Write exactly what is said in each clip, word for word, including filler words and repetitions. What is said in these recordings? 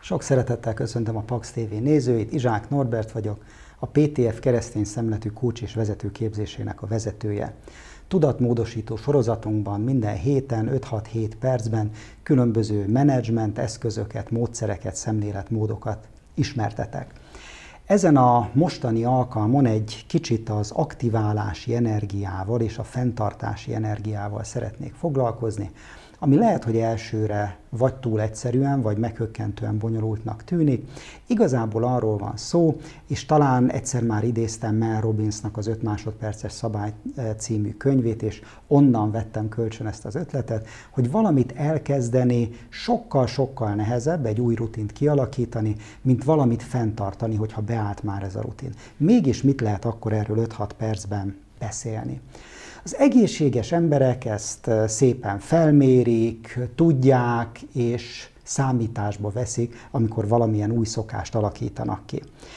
Sok szeretettel köszöntöm a Pax té vé nézőit, Izsák Norbert vagyok, a pé té ef keresztény szemletű coach és vezető képzésének a vezetője. Tudatmódosító sorozatunkban minden héten öt-hat-hét percben különböző menedzsment eszközöket, módszereket, szemléletmódokat ismertetek. Ezen a mostani alkalmon egy kicsit az aktiválási energiával és a fenntartási energiával szeretnék foglalkozni, ami lehet, hogy elsőre vagy túl egyszerűen, vagy meghökkentően bonyolultnak tűnik. Igazából arról van szó, és talán egyszer már idéztem Mel Robbinsnak az öt másodperces szabály című könyvét, és onnan vettem kölcsön ezt az ötletet, hogy valamit elkezdeni sokkal-sokkal nehezebb, egy új rutint kialakítani, mint valamit fenntartani, hogyha beállt már ez a rutin. Mégis mit lehet akkor erről öt-hat percben beszélni? Az egészséges emberek ezt szépen felmérik, tudják és számításba veszik, amikor valamilyen új szokást alakítanak ki.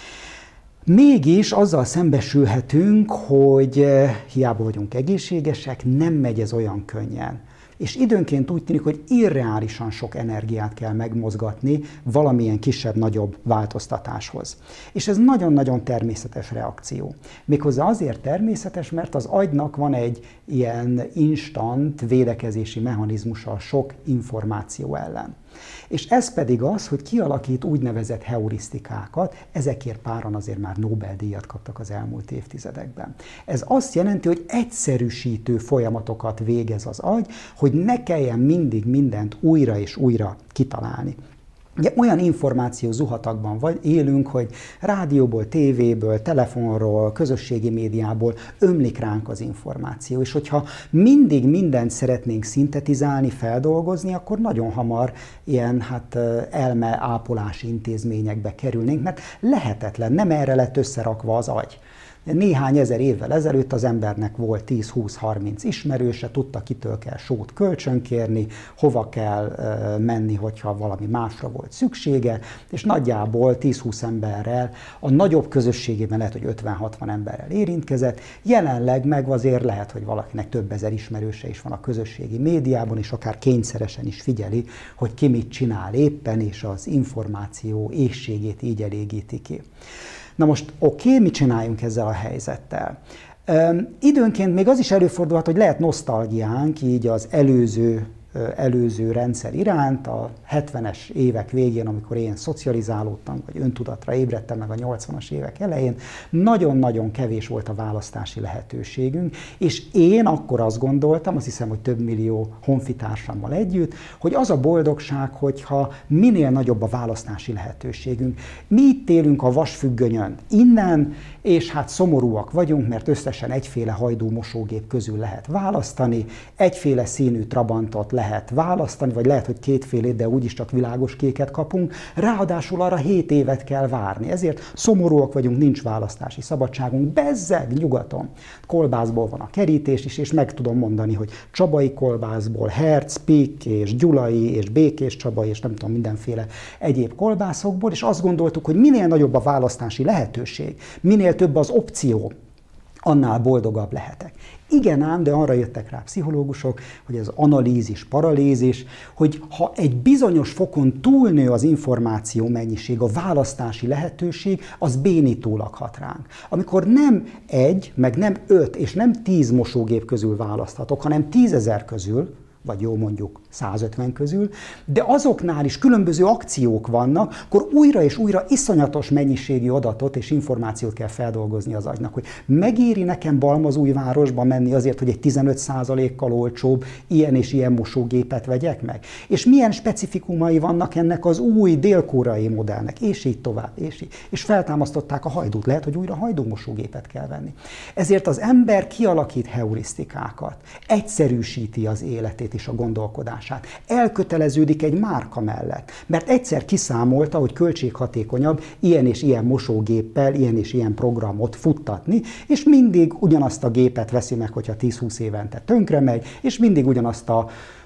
Mégis azzal szembesülhetünk, hogy hiába vagyunk egészségesek, nem megy ez olyan könnyen. És időnként úgy tűnik, hogy irreálisan sok energiát kell megmozgatni valamilyen kisebb-nagyobb változtatáshoz. És ez nagyon-nagyon természetes reakció. Méghozzá azért természetes, mert az agynak van egy ilyen instant védekezési mechanizmusa a sok információ ellen. És ez pedig az, hogy kialakít úgynevezett heurisztikákat, ezekért páran azért már Nobel-díjat kaptak az elmúlt évtizedekben. Ez azt jelenti, hogy egyszerűsítő folyamatokat végez az agy, hogy ne kelljen mindig mindent újra és újra kitalálni. Ugye olyan információ zuhatakban vagy, élünk, hogy rádióból, tévéből, telefonról, közösségi médiából ömlik ránk az információ, és hogyha mindig mindent szeretnénk szintetizálni, feldolgozni, akkor nagyon hamar ilyen hát elmeápolási intézményekbe kerülnénk, mert lehetetlen, nem erre lett összerakva az agy. Néhány ezer évvel ezelőtt az embernek volt tíz-húsz-harminc ismerőse, tudta, kitől kell sót kölcsönkérni, hova kell menni, hogyha valami másra volt szüksége, és nagyjából tíz-húsz emberrel, a nagyobb közösségében lehet, hogy ötven-hatvan emberrel érintkezett, jelenleg meg azért lehet, hogy valakinek több ezer ismerőse is van a közösségi médiában, és akár kényszeresen is figyeli, hogy ki mit csinál éppen, és az információ éhségét így elégíti ki. Na most oké, okay, mit csináljunk ezzel a helyzettel? Üm, időnként még az is előfordulhat, hogy lehet nosztalgiánk így az előző, előző rendszer iránt, a hetvenes évek végén, amikor én szocializálódtam, vagy öntudatra ébredtem meg a nyolcvanas évek elején, nagyon-nagyon kevés volt a választási lehetőségünk, és én akkor azt gondoltam, azt hiszem, hogy több millió honfitársammal együtt, hogy az a boldogság, hogyha minél nagyobb a választási lehetőségünk. Mi itt élünk a vasfüggönyön innen, és hát szomorúak vagyunk, mert összesen egyféle hajdú mosógép közül lehet választani, egyféle színű trabantot lehet választani, vagy lehet, hogy kétfélét, de úgyis csak világos kéket kapunk, ráadásul arra hét évet kell várni. Ezért szomorúak vagyunk, nincs választási szabadságunk, bezzeg nyugaton. Kolbászból van a kerítés is, és meg tudom mondani, hogy csabai kolbászból, Herz, Pik és Gyulai és Békés Csaba és nem tudom, mindenféle egyéb kolbászokból, és azt gondoltuk, hogy minél nagyobb a választási lehetőség, minél több az opció, annál boldogabb lehetek. Igen ám, de arra jöttek rá pszichológusok, hogy ez analízis, paralízis, hogy ha egy bizonyos fokon túlnő az információ mennyiség, a választási lehetőség, az bénítólag hat ránk. Amikor nem egy, meg nem öt, és nem tíz mosógép közül választhatok, hanem tízezer közül, vagy jó mondjuk százötven közül, de azoknál is különböző akciók vannak, akkor újra és újra iszonyatos mennyiségű adatot és információt kell feldolgozni az agynak, hogy megéri nekem Balmazújvárosba menni azért, hogy egy tizenöt százalékkal olcsóbb ilyen és ilyen mosógépet vegyek meg. És milyen specifikumai vannak ennek az új dél-koreai modellnek, és így tovább, és így. És feltámasztották a hajdút, lehet, hogy újra hajdúmosógépet kell venni. Ezért az ember kialakít heurisztikákat, egyszerűsíti az életét és a gondolkodását. Elköteleződik egy márka mellett, mert egyszer kiszámolta, hogy költséghatékonyabb ilyen és ilyen mosógéppel, ilyen és ilyen programot futtatni, és mindig ugyanazt a gépet veszi meg, hogyha tíz-húsz évente tönkre megy, és mindig ugyanazt a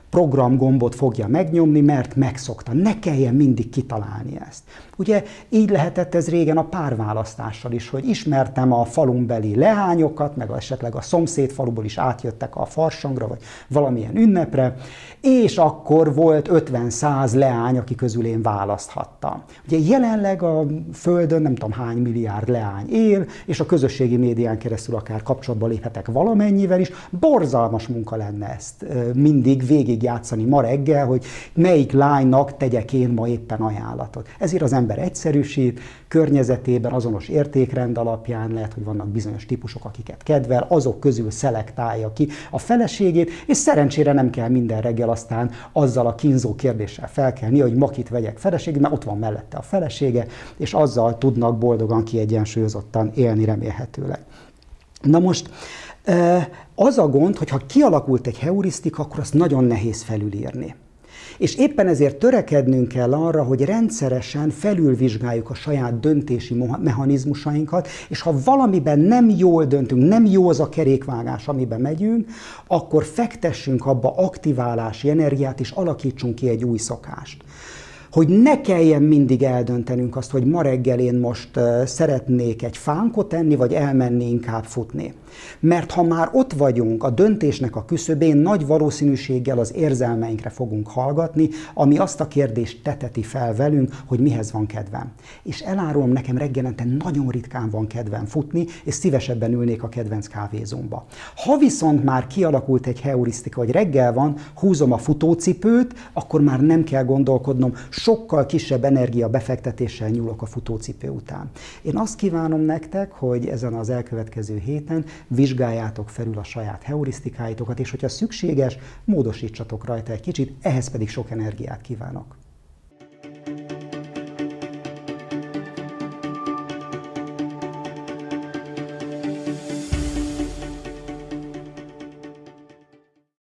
programgombot fogja megnyomni, mert megszokta. Ne kelljen mindig kitalálni ezt. Ugye így lehetett ez régen a párválasztással is, hogy ismertem a falunbeli leányokat, meg esetleg a szomszéd faluból is átjöttek a farsangra, vagy valamilyen ünnepre, és akkor volt ötven-száz leány, aki közül én választhattam. Ugye jelenleg a Földön nem tudom hány milliárd leány él, és a közösségi médián keresztül akár kapcsolatba léphetek valamennyivel is. Borzalmas munka lenne ezt mindig végigjátszani ma reggel, hogy melyik lánynak tegyek én ma éppen ajánlatot. Ezért az ember egyszerűsít, környezetében azonos értékrend alapján, lehet, hogy vannak bizonyos típusok, akiket kedvel, azok közül szelektálja ki a feleségét, és szerencsére nem kell minden reggel aztán azzal a kínzó kérdéssel felkelni, hogy ma kit vegyek feleségét, mert ott van mellette a felesége, és azzal tudnak boldogan, kiegyensúlyozottan élni remélhetőleg. Na most az a gond, hogy ha kialakult egy heurisztika, akkor azt nagyon nehéz felülírni. És éppen ezért törekednünk kell arra, hogy rendszeresen felülvizsgáljuk a saját döntési mechanizmusainkat, és ha valamiben nem jól döntünk, nem jó az a kerékvágás, amiben megyünk, akkor fektessünk abba aktiválási energiát, és alakítsunk ki egy új szokást. Hogy ne kelljen mindig eldöntenünk azt, hogy ma reggel én most uh, szeretnék egy fánkot enni, vagy elmenni inkább futni. Mert ha már ott vagyunk a döntésnek a küszöbén, nagy valószínűséggel az érzelmeinkre fogunk hallgatni, ami azt a kérdést teteti fel velünk, hogy mihez van kedvem. És elárulom, nekem reggelente nagyon ritkán van kedvem futni, és szívesebben ülnék a kedvenc kávézómba. Ha viszont már kialakult egy heurisztika, hogy reggel van, húzom a futócipőt, akkor már nem kell gondolkodnom, sokkal kisebb energia befektetéssel nyúlok a futócipő után. Én azt kívánom nektek, hogy ezen az elkövetkező héten vizsgáljátok felül a saját heurisztikáitokat, és hogyha szükséges, módosítsatok rajta egy kicsit, ehhez pedig sok energiát kívánok.